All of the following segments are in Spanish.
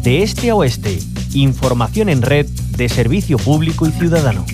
De este a oeste, información en red de servicio público y ciudadano.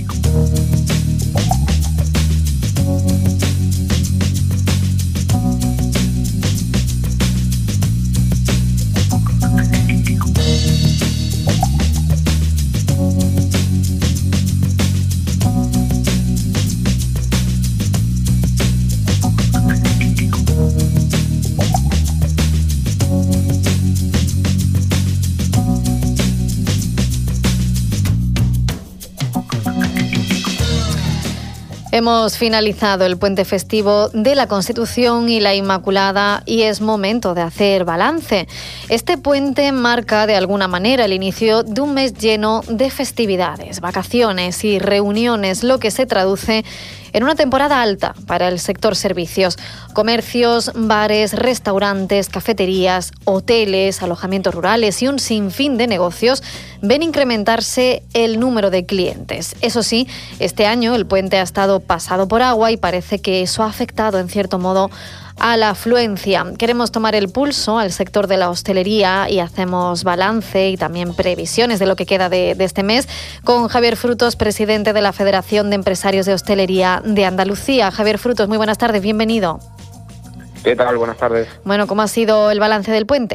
Hemos finalizado el puente festivo de la Constitución y la Inmaculada y es momento de hacer balance. Este puente marca de alguna manera el inicio de un mes lleno de festividades, vacaciones y reuniones, lo que se traduce en una temporada alta para el sector servicios. Comercios, bares, restaurantes, cafeterías, hoteles, alojamientos rurales y un sinfín de negocios ven incrementarse el número de clientes. Eso sí, este año el puente ha estado pasado por agua y parece que eso ha afectado en cierto modo a la afluencia. Queremos tomar el pulso al sector de la hostelería y hacemos balance y también previsiones de lo que queda de este mes con Javier Frutos, presidente de la Federación de Empresarios de Hostelería de Andalucía. Javier Frutos, muy buenas tardes, bienvenido. ¿Qué tal? Buenas tardes. Bueno, ¿cómo ha sido el balance del puente?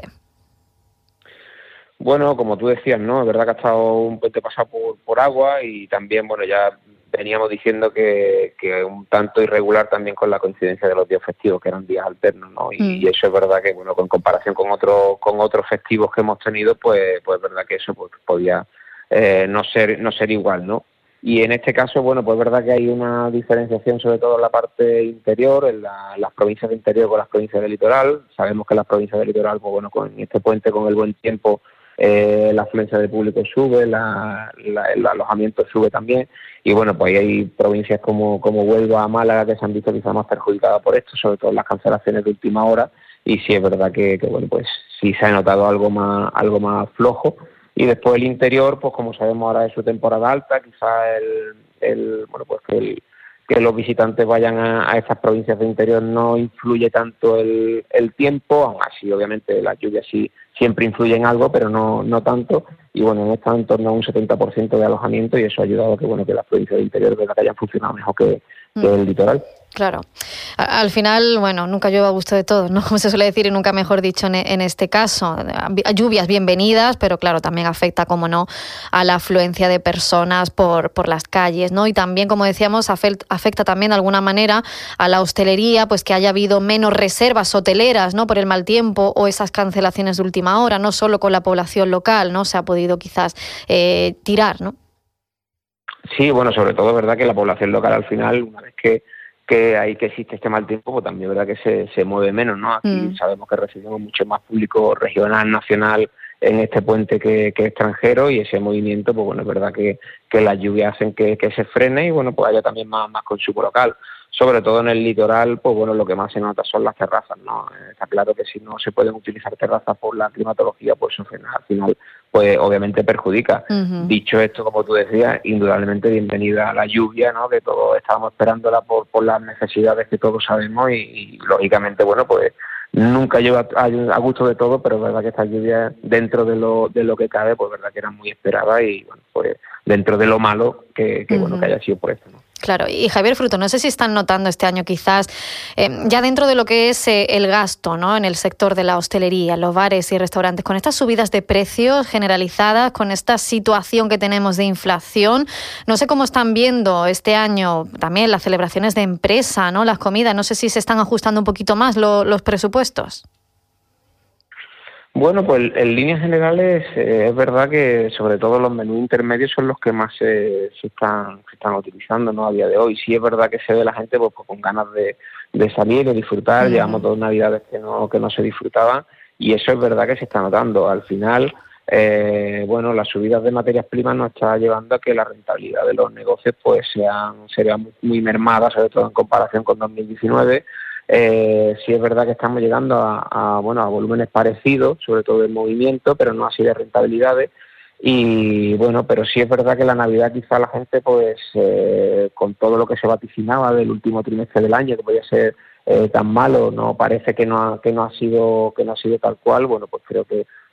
Bueno, como tú decías, ¿no? Es verdad que ha estado un puente pasado por agua y también, bueno, ya veníamos diciendo que un tanto irregular también con la coincidencia de los días festivos, que eran días alternos, ¿no? Y eso es verdad que, bueno, en comparación con otros festivos que hemos tenido, pues es verdad que eso pues, podía no ser igual, ¿no? Y en este caso, bueno, pues es verdad que hay una diferenciación sobre todo en la parte interior, en las provincias de interior con las provincias del litoral. Sabemos que las provincias del litoral, pues bueno, con este puente, con el buen tiempo, la afluencia de público sube, el alojamiento sube también, y bueno, pues hay provincias como Huelva, Málaga, que se han visto quizás más perjudicadas por esto, sobre todo las cancelaciones de última hora, y sí es verdad que bueno, pues sí se ha notado algo más flojo. Y después el interior, pues como sabemos ahora es su temporada alta, quizás bueno, pues que los visitantes vayan a estas provincias de interior no influye tanto el tiempo, aún así obviamente las lluvias sí siempre influyen algo, pero no tanto, y bueno, están en torno a un 70% de alojamiento y eso ha ayudado a que las provincias de interior que hayan funcionado mejor que el litoral. Claro. Al final, bueno, nunca llueve a gusto de todos, ¿no? Como se suele decir, y nunca mejor dicho en este caso. Lluvias bienvenidas, pero claro, también afecta, como no, a la afluencia de personas por las calles, ¿no? Y también, como decíamos, afecta también de alguna manera a la hostelería, pues que haya habido menos reservas hoteleras, ¿no? Por el mal tiempo o esas cancelaciones de última hora, no solo con la población local, ¿no? Se ha podido quizás tirar, ¿no? Sí, bueno, sobre todo es verdad que la población local al final, una vez que existe este mal tiempo, pues también es verdad que se mueve menos, ¿no? Aquí sabemos que recibimos mucho más público regional, nacional en este puente que extranjero, y ese movimiento, pues bueno, es verdad que las lluvias hacen que se frene y bueno, pues haya también más consumo local. Sobre todo en el litoral, pues bueno, lo que más se nota son las terrazas, ¿no? Está claro que si no se pueden utilizar terrazas por la climatología, pues eso al final, pues obviamente perjudica. Dicho esto, como tú decías, indudablemente bienvenida a la lluvia, ¿no? Que todos estábamos esperándola por las necesidades que todos sabemos y lógicamente, bueno, pues nunca lleva a gusto de todo, pero es verdad que esta lluvia, dentro de lo que cabe, pues es verdad que era muy esperada y bueno, pues dentro de lo malo que bueno, que haya sido por esto, ¿no? Claro, y Javier Fruto, no sé si están notando este año quizás, ya dentro de lo que es el gasto, ¿no? En el sector de la hostelería, los bares y restaurantes, con estas subidas de precios generalizadas, con esta situación que tenemos de inflación, no sé cómo están viendo este año también las celebraciones de empresa, ¿no? Las comidas, no sé si se están ajustando un poquito más los presupuestos. Bueno, pues en líneas generales es verdad que sobre todo los menús intermedios son los que más se están utilizando, ¿no? A día de hoy. Sí es verdad que se ve la gente pues con ganas de salir, de disfrutar. Llevamos 2 navidades que no se disfrutaban y eso es verdad que se está notando. Al final, bueno, las subidas de materias primas nos está llevando a que la rentabilidad de los negocios pues sean muy mermadas, sobre todo en comparación con 2019. Sí es verdad que estamos llegando a volúmenes parecidos, sobre todo en movimiento, pero no así de rentabilidades. Y bueno, pero sí es verdad que la Navidad quizá la gente, pues con todo lo que se vaticinaba del último trimestre del año, que podía ser tan malo, no parece que no ha sido tal cual. Bueno, pues creo que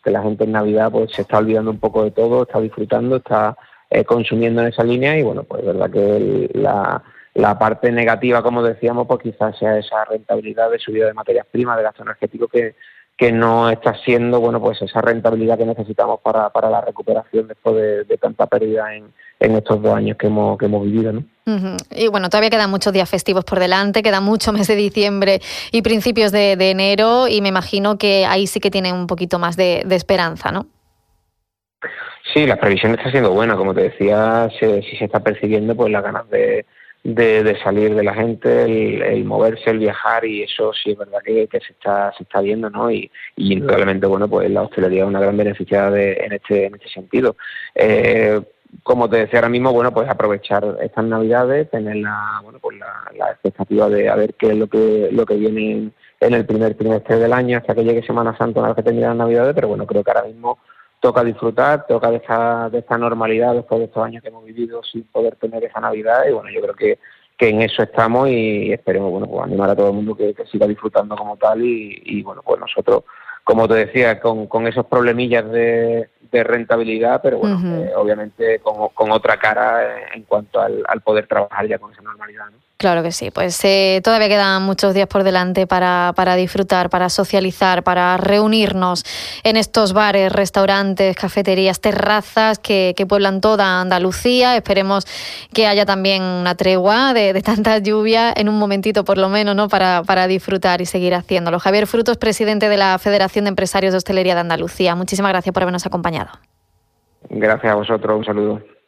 la gente en Navidad pues se está olvidando un poco de todo, está disfrutando, está consumiendo en esa línea y bueno, pues es verdad que la parte negativa, como decíamos, pues quizás sea esa rentabilidad de subida de materias primas, de gasto energético que no está siendo, bueno, pues esa rentabilidad que necesitamos para la recuperación después de tanta pérdida en estos 2 años que hemos vivido, ¿no? Uh-huh. Y bueno, todavía quedan muchos días festivos por delante, queda mucho mes de diciembre y principios de enero, y me imagino que ahí sí que tienen un poquito más de esperanza, ¿no? Sí, la previsión está siendo buena, como te decía, sí se está percibiendo pues las ganas de salir de la gente, el moverse, el viajar, y eso sí es verdad que se está viendo, ¿no? Y indudablemente, bueno, pues la hostelería es una gran beneficiada en este sentido. Como te decía ahora mismo, bueno, pues aprovechar estas Navidades, tener la expectativa de a ver qué es lo que viene en el primer trimestre del año hasta que llegue Semana Santa, una vez que termine las Navidades, pero bueno, creo que ahora mismo toca disfrutar, toca de esta normalidad después de estos años que hemos vivido sin poder tener esa Navidad, y bueno, yo creo que en eso estamos y esperemos, bueno, pues animar a todo el mundo que siga disfrutando como tal y bueno, pues nosotros, como te decía, con esos problemillas de rentabilidad, pero bueno, uh-huh. Obviamente con otra cara en cuanto al poder trabajar ya con esa normalidad, ¿no? Claro que sí, pues todavía quedan muchos días por delante para disfrutar, para socializar, para reunirnos en estos bares, restaurantes, cafeterías, terrazas que pueblan toda Andalucía. Esperemos que haya también una tregua de tanta lluvia en un momentito por lo menos, ¿no? Para disfrutar y seguir haciéndolo. Javier Frutos, presidente de la Federación de Empresarios de Hostelería de Andalucía. Muchísimas gracias por habernos acompañado. Gracias a vosotros, un saludo.